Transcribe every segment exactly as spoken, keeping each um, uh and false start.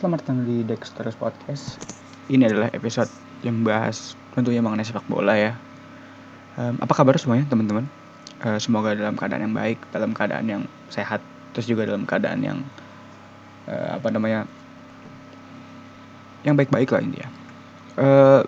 selamat datang di Dexter's Podcast. Ini adalah episode yang membahas tentunya mengenai sepak bola ya. Um, apa kabar semuanya teman-teman? Uh, semoga dalam keadaan yang baik, dalam keadaan yang sehat, terus juga dalam keadaan yang uh, apa namanya, yang baik-baik lah intinya. Uh,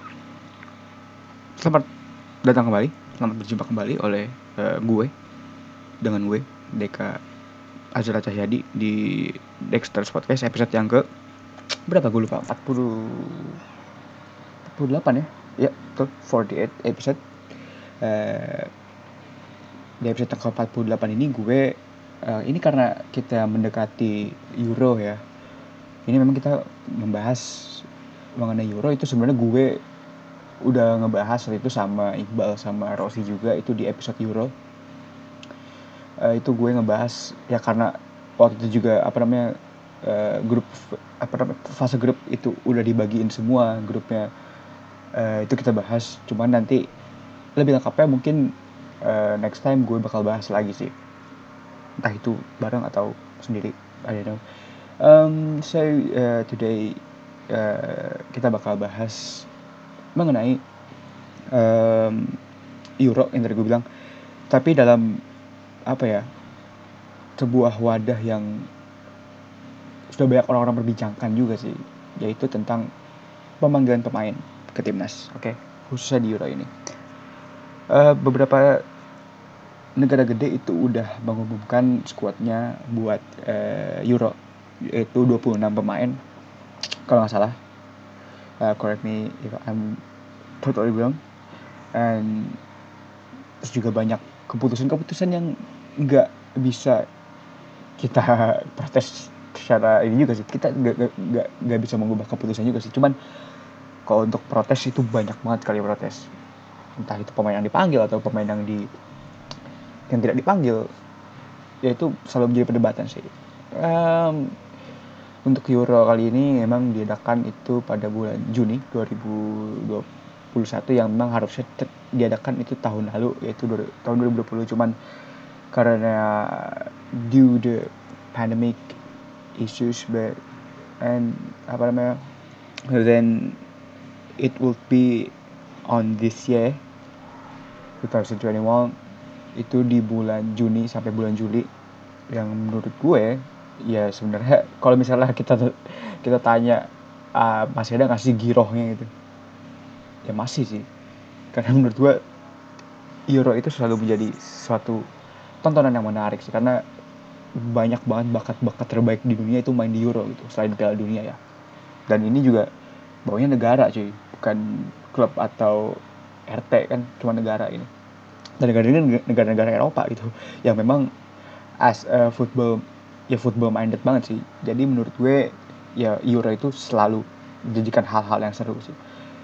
selamat datang kembali, selamat berjumpa kembali oleh uh, gue dengan gue Deka Azra Cahyadi di Dexter's Podcast episode yang ke berapa gue lupa, empat puluh empat puluh delapan ya. Ya, betul, empat puluh delapan episode. Uh, di episode ke empat puluh delapan ini gue uh, ini karena kita mendekati Euro ya. Ini memang kita membahas mengenai Euro. Itu sebenarnya gue udah ngebahas waktu itu sama Iqbal sama Rossi juga, itu di episode Euro. Uh, itu gue ngebahas ya karena waktu itu juga apa namanya uh, grup apa namanya fase grup itu udah dibagiin semua grupnya. Uh, itu kita bahas, cuman nanti lebih lengkapnya mungkin uh, next time gue bakal bahas lagi sih, entah itu bareng atau sendiri, I don't know. Um, so uh, today uh, kita bakal bahas mengenai um, Euro yang tadi gue bilang, tapi dalam apa ya, sebuah wadah yang sudah banyak orang-orang perbincangkan juga sih, yaitu tentang pemanggilan pemain ke timnas, oke, okay? Khususnya di Euro ini. Uh, beberapa negara gede itu udah mengumumkan skuadnya buat uh, Euro, yaitu dua puluh enam pemain kalau nggak salah. Uh, correct me if I'm totally wrong. And terus juga banyak keputusan-keputusan yang nggak bisa kita protes secara ini juga sih. Kita nggak nggak nggak bisa mengubah keputusan juga sih. Cuman kalau untuk protes itu banyak banget kali protes. Entah itu pemain yang dipanggil atau pemain yang di yang tidak dipanggil, ya itu selalu menjadi perdebatan sih. Um, untuk Euro kali ini memang diadakan itu pada bulan Juni dua ribu dua puluh satu, yang memang harusnya diadakan itu tahun lalu, yaitu tahun dua ribu dua puluh, cuman karena due the pandemic issues but and apa namanya then it will be on this year twenty twenty-one, itu di bulan Juni sampai bulan Juli. Yang menurut gue ya sebenarnya kalau misalnya kita kita tanya uh, masih ada nggak sih girohnya gitu, ya masih sih, karena menurut gue Euro itu selalu menjadi suatu tontonan yang menarik sih, karena banyak banget bakat-bakat terbaik di dunia itu main di Euro gitu, selain Piala Dunia ya. Dan ini juga bawanya negara cuy, bukan klub atau R T kan, cuma negara ini. Dan negara ini negara-negara Eropa gitu, yang memang as a football ya football minded banget sih. Jadi menurut gue ya Euro itu selalu menjadikan hal-hal yang seru sih.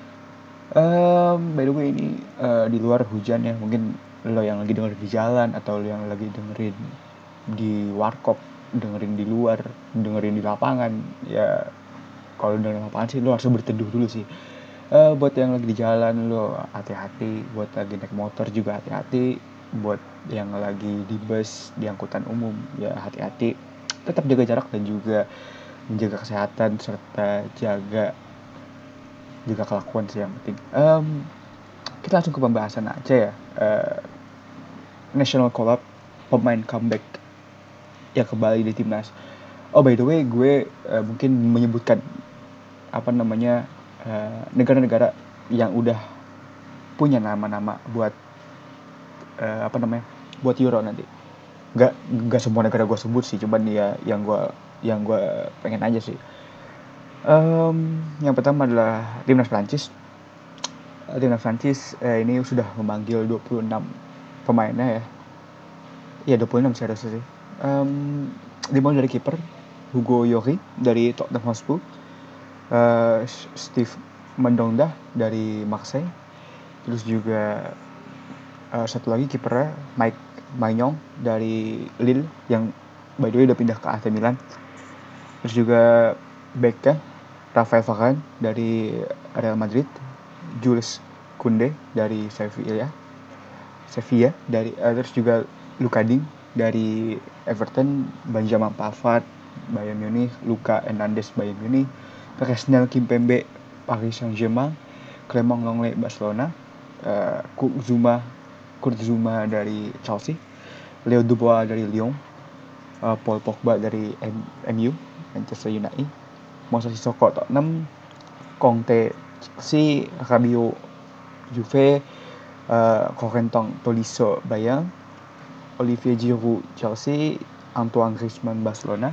Um, by the way ini uh, di luar hujan ya, mungkin lo yang lagi dengerin di jalan atau lo yang lagi dengerin di warkop, dengerin di luar, dengerin di lapangan ya. Kalau dengerin lapangan sih lo harus berteduh dulu sih. Uh, buat yang lagi di jalan lo hati-hati, buat lagi naik motor juga hati-hati, buat yang lagi di bus, di angkutan umum ya hati-hati, tetap jaga jarak dan juga menjaga kesehatan serta jaga juga kelakuan sih yang penting. Um, kita langsung ke pembahasan aja ya. Uh, National Collab, pemain comeback yang kembali di timnas. Oh by the way gue uh, mungkin menyebutkan apa namanya uh, negara-negara yang udah punya nama-nama buat uh, apa namanya buat Euro nanti. Gak gak semua negara gue sebut sih, cuman ya yang gue yang gue pengen aja sih. Um, yang pertama adalah timnas Prancis. Uh, timnas Prancis uh, ini sudah memanggil dua puluh enam pemainnya ya. Ya dua puluh enam sih harusnya sih. Um, dimulai dari kiper Hugo Lloris dari Tottenham Hotspur, uh, Steve Mandanda dari Marseille, terus juga uh, satu lagi kipernya Mike Maignan dari Lille yang by the way udah pindah ke A C Milan, terus juga backnya Rafael Varane dari Real Madrid, Jules Koundé dari Sevilla, Sevilla dari uh, terus juga Luka Digne dari Everton, Benjamin Pavard Bayern Munich, Luka Hernandez Bayern Munich, Presnel Kimpembe Paris Saint-Germain, Clement Lenglet Barcelona, uh, Kurt Zouma Kurt Zouma dari Chelsea, Leo Dubois dari Lyon, uh, Paul Pogba dari M- MU Manchester United, Moussa Sissoko Tottenham, Conte Chelsea, Rabiot Juve, uh, Corentin Tolisso Bayern, Olivier Giroud Chelsea, Antoine Griezmann Barcelona,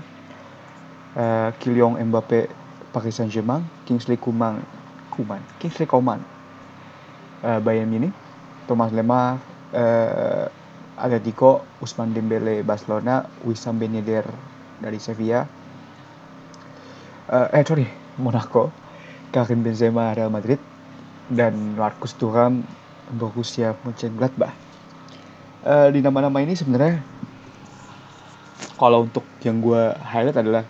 uh, Kylian Mbappe Paris Saint-Germain, Kingsley Coman Coman Kingsley Coman uh, Bayern Munich, Thomas Lemar uh, Atletico, Ousmane Dembele Barcelona, Wissam Ben Yedder dari Sevilla, uh, eh sorry Monaco, Karim Benzema Real Madrid, dan Marcus Thuram Borussia Mönchengladbach. Uh, di nama-nama ini sebenarnya kalau untuk yang gue highlight adalah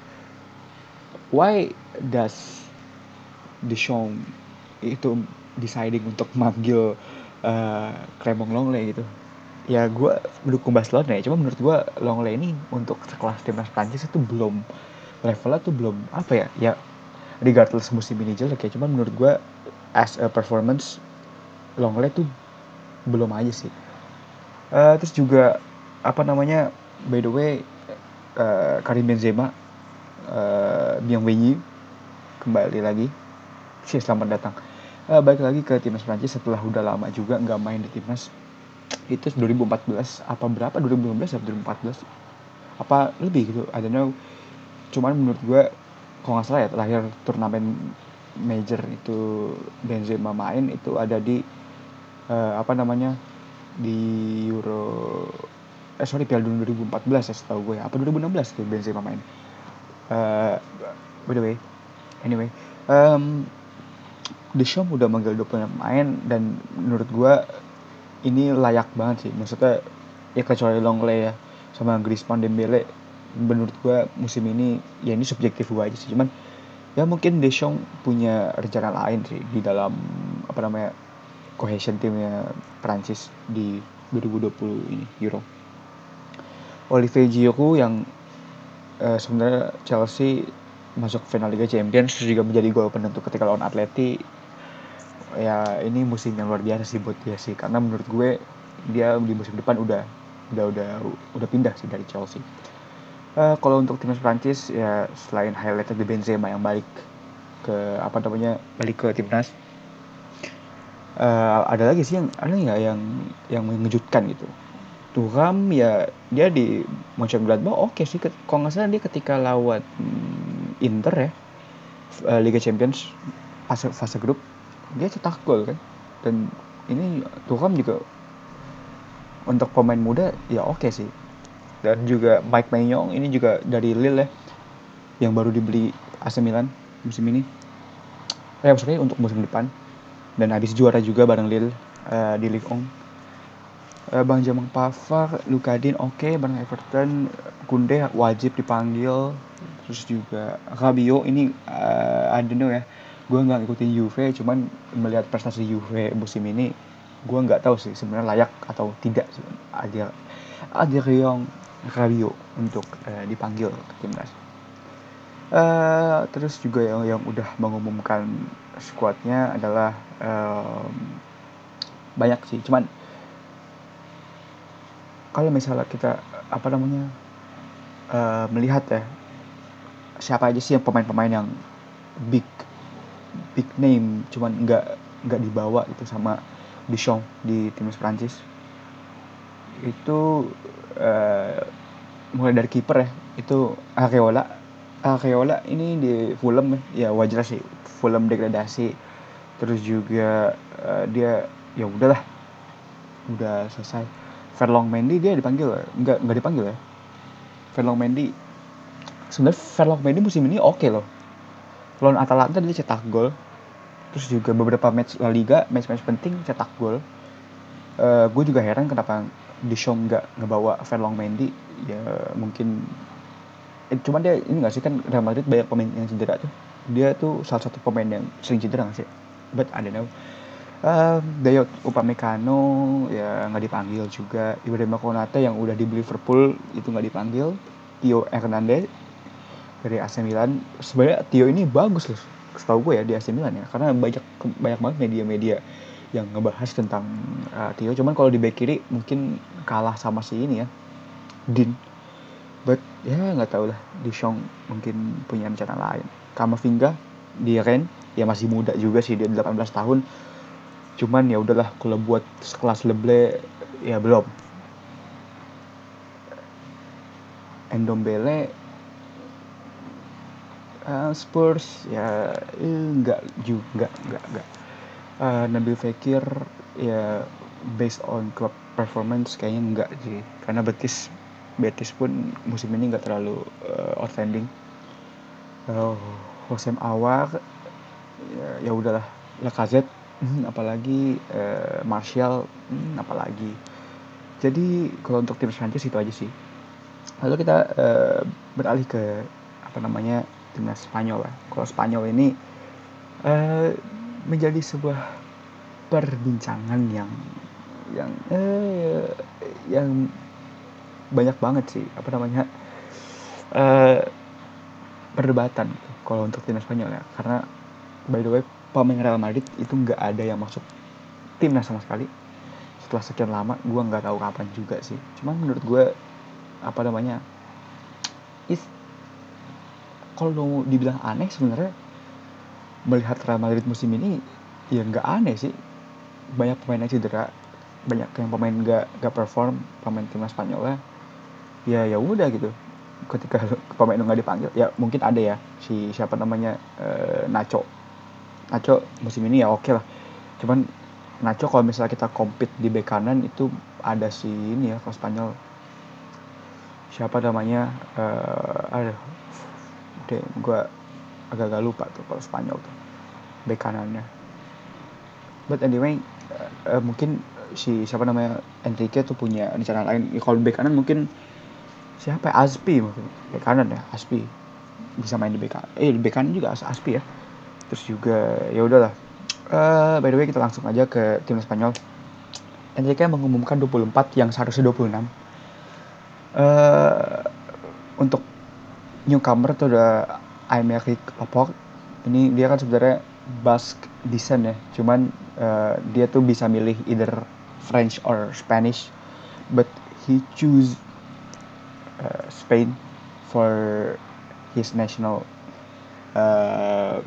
why does Deschamps itu deciding untuk manggil uh, Clement Lenglet gitu. Ya gue mendukung Barcelona ya, cuma menurut gue Lenglet ini untuk sekelas timnas Prancis itu belum levelnya tuh belum apa ya ya regardless musim ini jelek ya, cuma menurut gue as a performance Lenglet tuh belum aja sih. Uh, terus juga apa namanya by the way uh, Karim Benzema uh, bienvenue kembali lagi sih, selamat datang uh, balik lagi ke timnas Prancis setelah udah lama juga nggak main di timnas. Itu dua ribu empat belas apa berapa dua ribu lima belas atau dua ribu empat belas apa lebih gitu, I don't know. Cuman menurut gue kalau nggak salah ya terakhir turnamen major itu Benzema main itu ada di uh, apa namanya di Euro eh sorry Piala Dunia dua ribu empat belas ya setahu gue ya, apa dua ribu enam belas tuh Benzema main. Uh, by the way, anyway, um, Deschamps udah manggil dua puluh pemain dan menurut gue ini layak banget sih. Maksudnya ya kecuali Lenglet ya sama Griezmann Dembele, menurut gue musim ini ya ini subjektif gue aja sih, cuman ya mungkin Deschamps punya rencana lain sih di dalam apa namanya cohesion timnya Prancis di dua ribu dua puluh ini Euro. Olivier Giroud yang uh, sebenarnya Chelsea masuk final Liga Champions juga menjadi gol penentu ketika lawan Atleti. Ya ini musim yang luar biasa sih buat dia sih, karena menurut gue dia di musim depan udah udah udah udah pindah sih dari Chelsea. Uh, kalau untuk timnas Prancis ya selain highlightnya di Benzema yang balik ke apa namanya balik ke timnas, uh, ada lagi sih yang ada nggak yang yang mengejutkan gitu. Thuram ya dia di Mönchengladbach oke okay sih, kalau nggak salah dia ketika lawan hmm, Inter ya uh, Liga Champions fase fase grup dia cetak gol kan, dan ini Thuram juga untuk pemain muda ya oke okay sih. Dan juga Mike Maignan ini juga dari Lille ya yang baru dibeli A C Milan musim ini, eh maksudnya untuk musim depan, dan habis juara juga bareng Lille uh, di Ligue satu. Uh, Bang Jamang Pavard, Lukadin oke okay, bareng Everton, Kunde wajib dipanggil, terus juga Rabiot ini uh, I don't know ya, gue nggak ngikutin Juve, cuman melihat prestasi Juve musim ini gue nggak tahu sih sebenarnya layak atau tidak ada ada yang Rabiot untuk uh, dipanggil ke timnas. Uh, terus juga yang yang udah mengumumkan skuadnya adalah um, banyak sih, cuman kalau misalnya kita apa namanya uh, melihat ya siapa aja sih yang pemain-pemain yang big big name cuman nggak nggak dibawa itu sama Deschamps di timnas Prancis itu uh, mulai dari kiper ya itu Areola Areola ini di Fulham ya, ya wajar sih Fulham degradasi, terus juga uh, dia ya udahlah udah selesai. Ferland Mendy dia dipanggil nggak nggak dipanggil ya Ferland Mendy. Sebenarnya Ferland Mendy musim ini oke okay loh, lawan Atalanta dia cetak gol, terus juga beberapa match La Liga match-match penting cetak gol. uh, gue juga heran kenapa Deschamps nggak ngebawa Ferland Mendy ya, mungkin eh, cuman dia ini nggak sih kan Real Madrid banyak pemain yang cedera tuh, dia tuh salah satu pemain yang sering cedera nggak sih, but I don't know. Uh, Dayot Upamecano ya nggak dipanggil juga. Ibrahima Konate yang udah di Liverpool itu nggak dipanggil. Theo Hernandez dari A C Milan. Sebenarnya Theo ini bagus loh, setahu gue ya di A C Milan ya, karena banyak banyak banget media-media yang ngebahas tentang uh, Theo. Cuman kalau di back kiri mungkin kalah sama si ini ya, Dean. But ya nggak tahu lah, Deschamps mungkin punya rencana lain. Kamavinga di Rennes ya masih muda juga sih, dia delapan belas tahun. Cuman ya udahlah, kalau buat sekelas Leble ya belum. Ndombele uh, Spurs ya eh, enggak juga enggak enggak. Uh, Nabil Fekir ya based on club performance kayaknya enggak sih, karena Betis Betis pun musim ini enggak terlalu uh, outstanding. Uh, Hosem Awar ya, ya udahlah. Lacazette hmm, apalagi uh, Martial hmm, apalagi. Jadi kalau untuk tim Prancis itu aja sih. Lalu kita uh, beralih ke apa namanya timnas Spanyol lah. Kalau Spanyol ini uh, menjadi sebuah perbincangan yang yang uh, yang banyak banget sih apa namanya uh, perdebatan kalau untuk timnas Spanyol ya, karena by the way pemain Real Madrid itu nggak ada yang masuk timnas sama sekali setelah sekian lama. Gue nggak tahu kapan juga sih, cuman menurut gue apa namanya is kalau dibilang aneh sebenarnya melihat Real Madrid musim ini ya nggak aneh sih. Banyak pemain yang cedera, banyak yang pemain nggak nggak perform, pemain timnas Spanyol ya ya ya udah gitu. Ketika pemain itu nggak dipanggil ya mungkin ada ya si siapa namanya uh, Nacho Nacho musim ini ya oke okay lah. Cuman Nacho kalau misalnya kita compete di bek kanan itu ada si ini ya kalau Spanyol siapa namanya uh, aduh deh gue agak-agak lupa tuh kalau Spanyol tuh bek kanannya. But anyway uh, uh, mungkin si siapa namanya Enrique tuh punya rencana lain ya, kalau bek kanan mungkin siapa ya? Aspi mungkin bek kanan ya, Aspi bisa main di bek kanan. Eh di bek kanan juga Aspi ya. Terus juga ya udahlah. Uh, by the way kita langsung aja ke timnas Spanyol. Enrique mengumumkan dua puluh empat yang seharusnya dua puluh enam. Uh, untuk newcomer tuh ada Aymeric Laporte. Ini dia kan sebenarnya Basque descent ya. Cuman uh, dia tuh bisa milih either French or Spanish, but he choose uh, Spain for his national uh,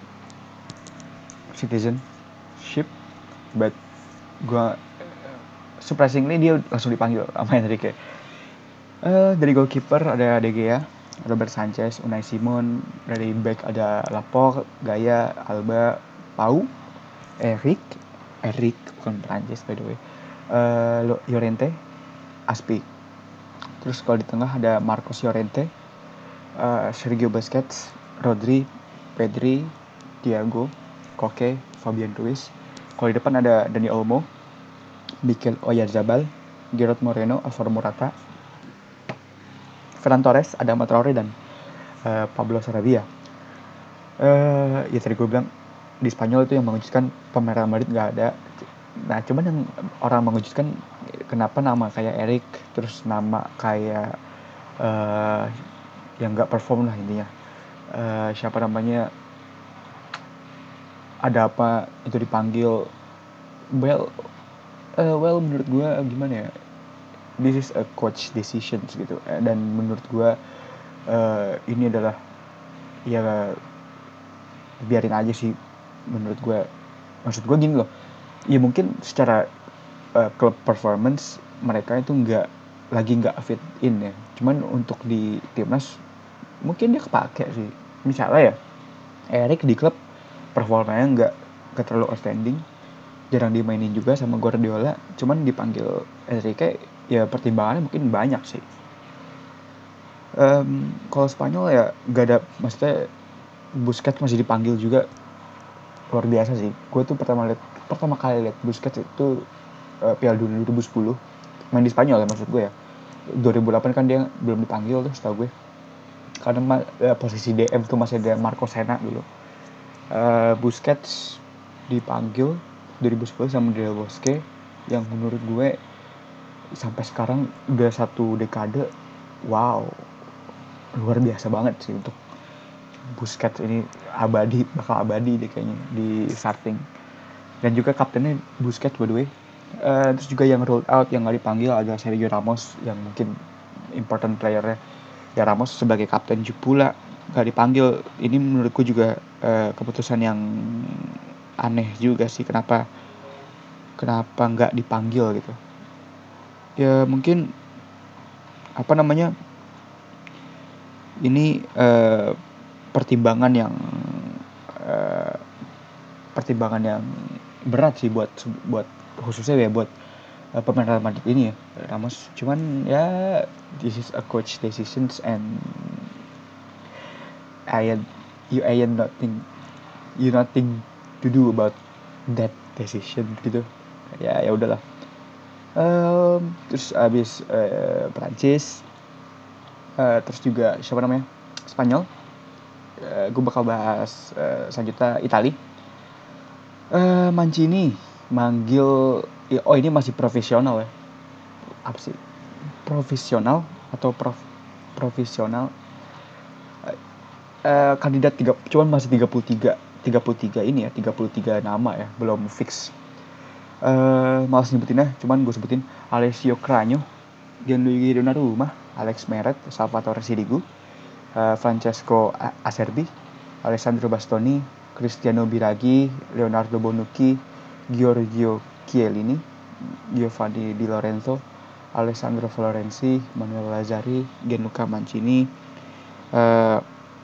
citizenship. But gua surprisingly dia langsung dipanggil sama Enrique. Uh, dari goalkeeper ada De Gea, Robert Sanchez, Unai Simon. Dari back ada Laporte, Gaya, Alba, Pau, Eric, Eric bukan Prancis by the way. Uh, Llorente, Aspi. Terus kalau di tengah ada Marcos Llorente, uh, Sergio Busquets, Rodri, Pedri, Thiago, Koke, Fabian Ruiz. Kalau di depan ada Dani Olmo, Mikel Oyarzabal, Gerard Moreno, Alvaro Morata, Ferran Torres, Adama Traore, dan uh, Pablo Sarabia. Uh, ya tadi gue bilang di Spanyol itu yang mengejutkan pemain Real Madrid nggak ada. Nah cuman yang orang mengejutkan kenapa nama kayak Eric, terus nama kayak uh, yang nggak perform lah intinya. Uh, siapa namanya? Ada apa itu dipanggil? Well, uh, well menurut gue gimana ya? This is a coach decisions gitu, dan menurut gue uh, ini adalah ya biarin aja sih menurut gue. Maksud gue gini loh, ya mungkin secara uh, club performance mereka itu nggak lagi nggak fit in ya, cuman untuk di timnas mungkin dia kepake sih. Misalnya ya Eric di klub performanya nggak nggak terlalu outstanding, jarang dimainin juga sama Guardiola, cuman dipanggil Enrique ya pertimbangannya mungkin banyak sih. Um, kalau Spanyol ya gak ada, maksudnya Busquets masih dipanggil juga, luar biasa sih. Gue tuh pertama lihat pertama kali lihat Busquets itu uh, Piala Dunia dua ribu sepuluh main di Spanyol ya, maksud gue ya. dua ribu delapan kan dia belum dipanggil tuh setahu gue, karena ma- uh, posisi D M tuh masih ada Marco Senna dulu. Uh, Busquets dipanggil dua ribu sepuluh sama Del Bosque, yang menurut gue sampai sekarang udah satu dekade, wow luar biasa banget sih untuk Busquets ini abadi, bakal abadi deh kayaknya di starting. Dan juga kaptennya Busquets by the way. Uh, terus juga yang rolled out yang nggak dipanggil ada Sergio Ramos yang mungkin important playernya. Ya Ramos sebagai kapten juga pula nggak dipanggil. Ini menurutku juga uh, keputusan yang aneh juga sih, kenapa kenapa nggak dipanggil gitu. Ya mungkin apa namanya, ini uh, pertimbangan yang uh, pertimbangan yang berat sih buat buat khususnya ya buat uh, pemain Real Madrid ini ya, Ramos. Cuman ya this is a coach decisions and I you I nothing you nothing to do about that decision gitu. Ya ya udahlah. Um, terus abis uh, Prancis, uh, terus juga siapa namanya, Spanyol. Uh, gue bakal bahas uh, selanjutnya Itali. Uh, Mancini manggil, ya, oh ini masih profesional ya. Apa sih? Profesional atau prof, profesional? Uh, uh, kandidat tiga, cuman masih tiga puluh tiga ini ya, tiga puluh tiga nama ya, belum fix. Uh, malas nyebutinnya, cuman gue sebutin Alessio Cragno, Gianluigi Donnarumma, Alex Meret, Salvatore Sirigu, uh, Francesco Acerbi, Alessandro Bastoni, Cristiano Biraghi, Leonardo Bonucci, Giorgio Chiellini, Giovanni Di Lorenzo, Alessandro Florenzi, Manuel Lazzari, Gianluca Mancini, uh,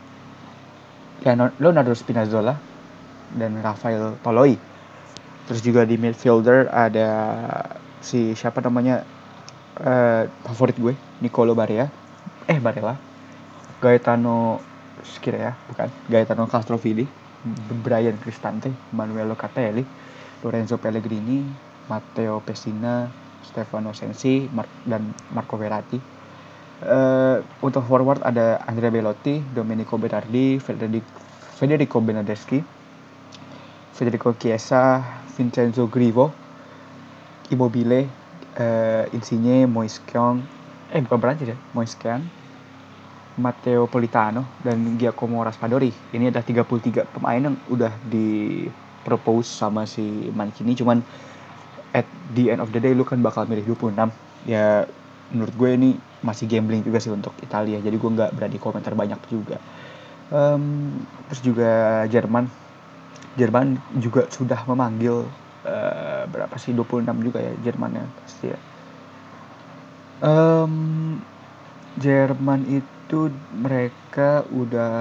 Leonardo Spinazzola, dan Rafael Toloi. Terus juga di midfielder ada si siapa namanya, uh, favorit gue, Nicolo Barella, eh Barella, Gaetano Scirea, bukan, Gaetano Castrovilli, Brian Cristante, Manuel Locatelli, Lorenzo Pellegrini, Matteo Pessina, Stefano Sensi, Mar- dan Marco Verratti. Uh, untuk forward ada Andrea Belotti, Domenico Berardi, Federico, Federico Bernardeschi, Federico Chiesa, Vincenzo Grivo, Immobile, uh, Insigne, Moise Kean, eh bukan Perancis ya, Moise Kean, Matteo Politano, dan Giacomo Raspadori. Ini ada tiga puluh tiga pemain yang udah di propose sama si Mancini, cuman at the end of the day lu kan bakal milih dua puluh enam. Ya menurut gue ini masih gambling juga sih untuk Italia, jadi gue nggak berani komentar banyak juga. Um, terus juga Jerman, Jerman juga sudah memanggil uh, berapa sih, dua puluh enam juga ya Jermannya pasti ya. Um, Jerman itu mereka udah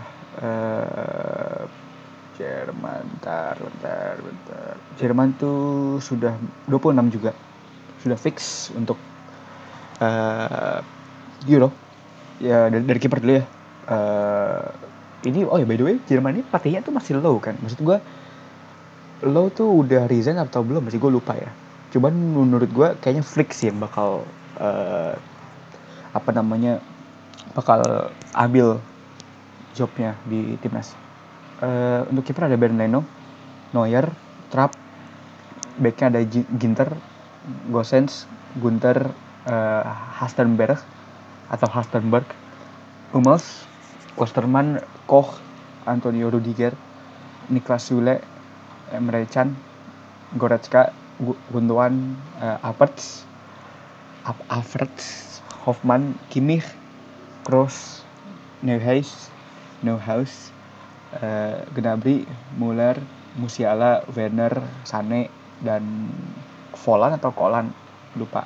uh, Jerman, bentar, bentar, bentar. Jerman tuh sudah dua puluh enam juga, sudah fix untuk uh, Euro. Ya dari, dari kiper dulu ya. Uh, ini oh ya by the way Jerman ini pelatihnya tuh masih low kan, maksud gue low tuh udah resign atau belum masih gue lupa ya. Cuman menurut gue kayaknya Flick sih yang bakal uh, apa namanya bakal ambil jobnya di timnas. Uh, untuk kiper ada Bernd Leno, Neuer, Trapp, backnya ada Ginter, Gosens, Gunter, uh, Hastenberg atau Hastenberg, Hummels, Klosterman, Koch, Antonio Rudiger, Niklas Süle, Emre Can, Goretzka, Gundogan, uh, Havertz, Havertz, Hoffman, Kimmich, Kroos, Neuhaus, Neuhaus, uh, Gnabry, Muller, Musiala, Werner, Sané, dan Volan atau Kolan, lupa.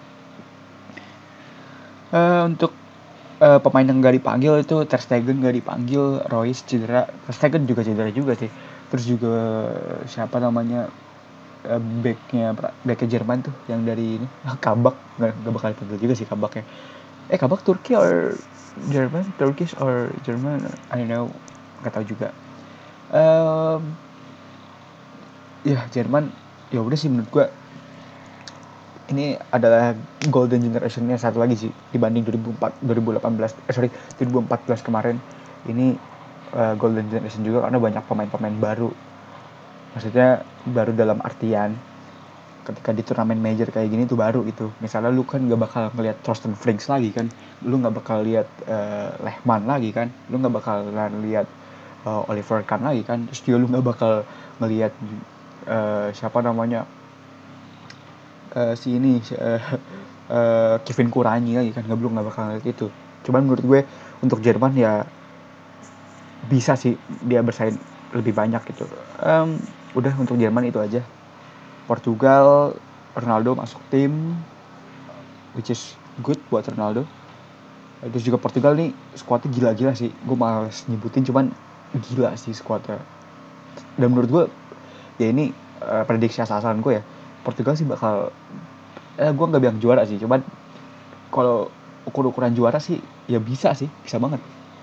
Uh, untuk uh, pemain yang gak dipanggil itu Ter Stegen gak dipanggil, Royce cedera, Ter Stegen juga cedera juga sih. Terus juga siapa namanya uh, backnya backnya Jerman tuh yang dari ini Kabak, nggak nggak bakal dipanggil juga sih Kabaknya. Eh Kabak Turki or Jerman, Turkish or Jerman, I don't know, nggak tahu juga. Um, ya Jerman ya udah sih menurut gue ini adalah golden generation-nya satu lagi sih dibanding dua ribu empat, dua ribu delapan belas eh sorry dua ribu empat belas kemarin. Ini uh, golden generation juga karena banyak pemain-pemain baru, maksudnya baru dalam artian ketika di turnamen major kayak gini tuh baru gitu. Misalnya lu kan nggak bakal ngelihat Thorsten Frings lagi kan, lu nggak bakal lihat uh, Lehmann lagi kan, lu nggak bakal lihat uh, Oliver Kahn lagi kan, terus juga lu nggak bakal ngelihat uh, siapa namanya uh, si ini uh, uh, Kevin Kurani lagi kan, nggak belum nggak bakal ngeliat itu. Cuman menurut gue untuk Jerman ya bisa sih dia bersaing lebih banyak gitu. Um, udah untuk Jerman itu aja. Portugal, Ronaldo masuk tim, which is good buat Ronaldo. Terus juga Portugal nih skuadnya gila-gila sih. Gue males nyebutin, cuman gila sih skuadnya. Dan menurut gue ya ini uh, prediksi asal-asalan gue ya. Portugal sih bakal, eh, gue nggak bilang juara sih, cuman kalau ukur-ukuran juara sih ya bisa sih, bisa banget.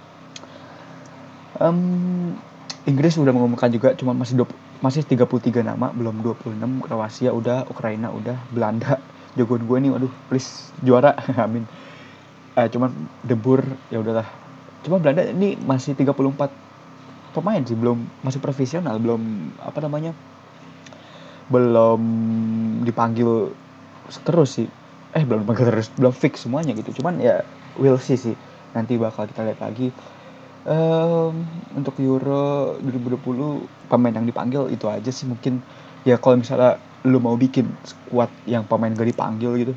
Um, Inggris udah mengumumkan juga, cuma masih dua puluh, masih tiga puluh tiga nama, belum dua puluh enam. Kroasia udah, Ukraina udah, Belanda jagoan gue nih, waduh please juara. Amin. Uh, cuman debur ya udahlah. Cuma Belanda ini masih tiga puluh empat pemain sih, belum, masih profesional, belum apa namanya, belum dipanggil terus sih. Eh belum dipanggil terus, belum fix semuanya gitu. Cuman ya we'll see sih. Nanti bakal kita lihat lagi. Um, untuk Euro dua ribu dua puluh pemain yang dipanggil itu aja sih mungkin. Ya kalau misalnya lu mau bikin squad yang pemain gak dipanggil gitu,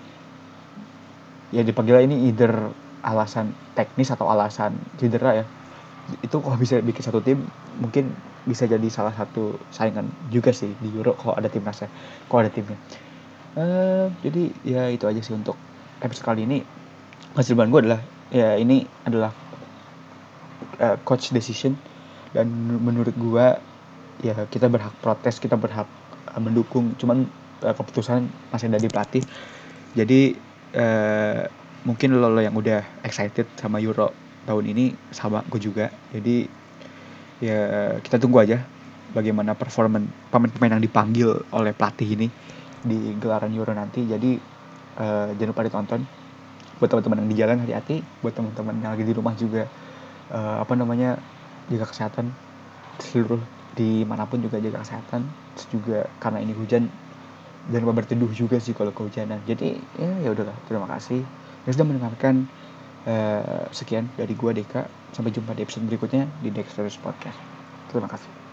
ya dipanggil ini either alasan teknis atau alasan cedera ya. Itu kalau bisa bikin satu tim mungkin bisa jadi salah satu saingan juga sih di Euro kalau ada timnasnya, kalau ada timnya. Uh, jadi ya itu aja sih untuk episode kali ini. Kesimpulan gue adalah ya ini adalah uh, coach decision, dan menurut gue ya kita berhak protes, kita berhak uh, mendukung, cuman uh, keputusan masih ada di pelatih. Jadi uh, mungkin lo, lo yang udah excited sama Euro tahun ini sama gue juga, jadi ya kita tunggu aja bagaimana performan pemain-pemain yang dipanggil oleh pelatih ini di gelaran Euro nanti. Jadi uh, jangan lupa ditonton. Buat teman-teman yang di jalan hati-hati, buat teman-teman yang lagi di rumah juga uh, apa namanya jaga kesehatan, seluruh dimanapun juga jaga kesehatan. Terus juga karena ini hujan, jangan lupa berteduh juga sih kalau kehujanan. Jadi ya ya udahlah, terima kasih yang sudah mendengarkan. Uh, sekian dari gua Deka, sampai jumpa di episode berikutnya di Dexter's Podcast. Terima kasih.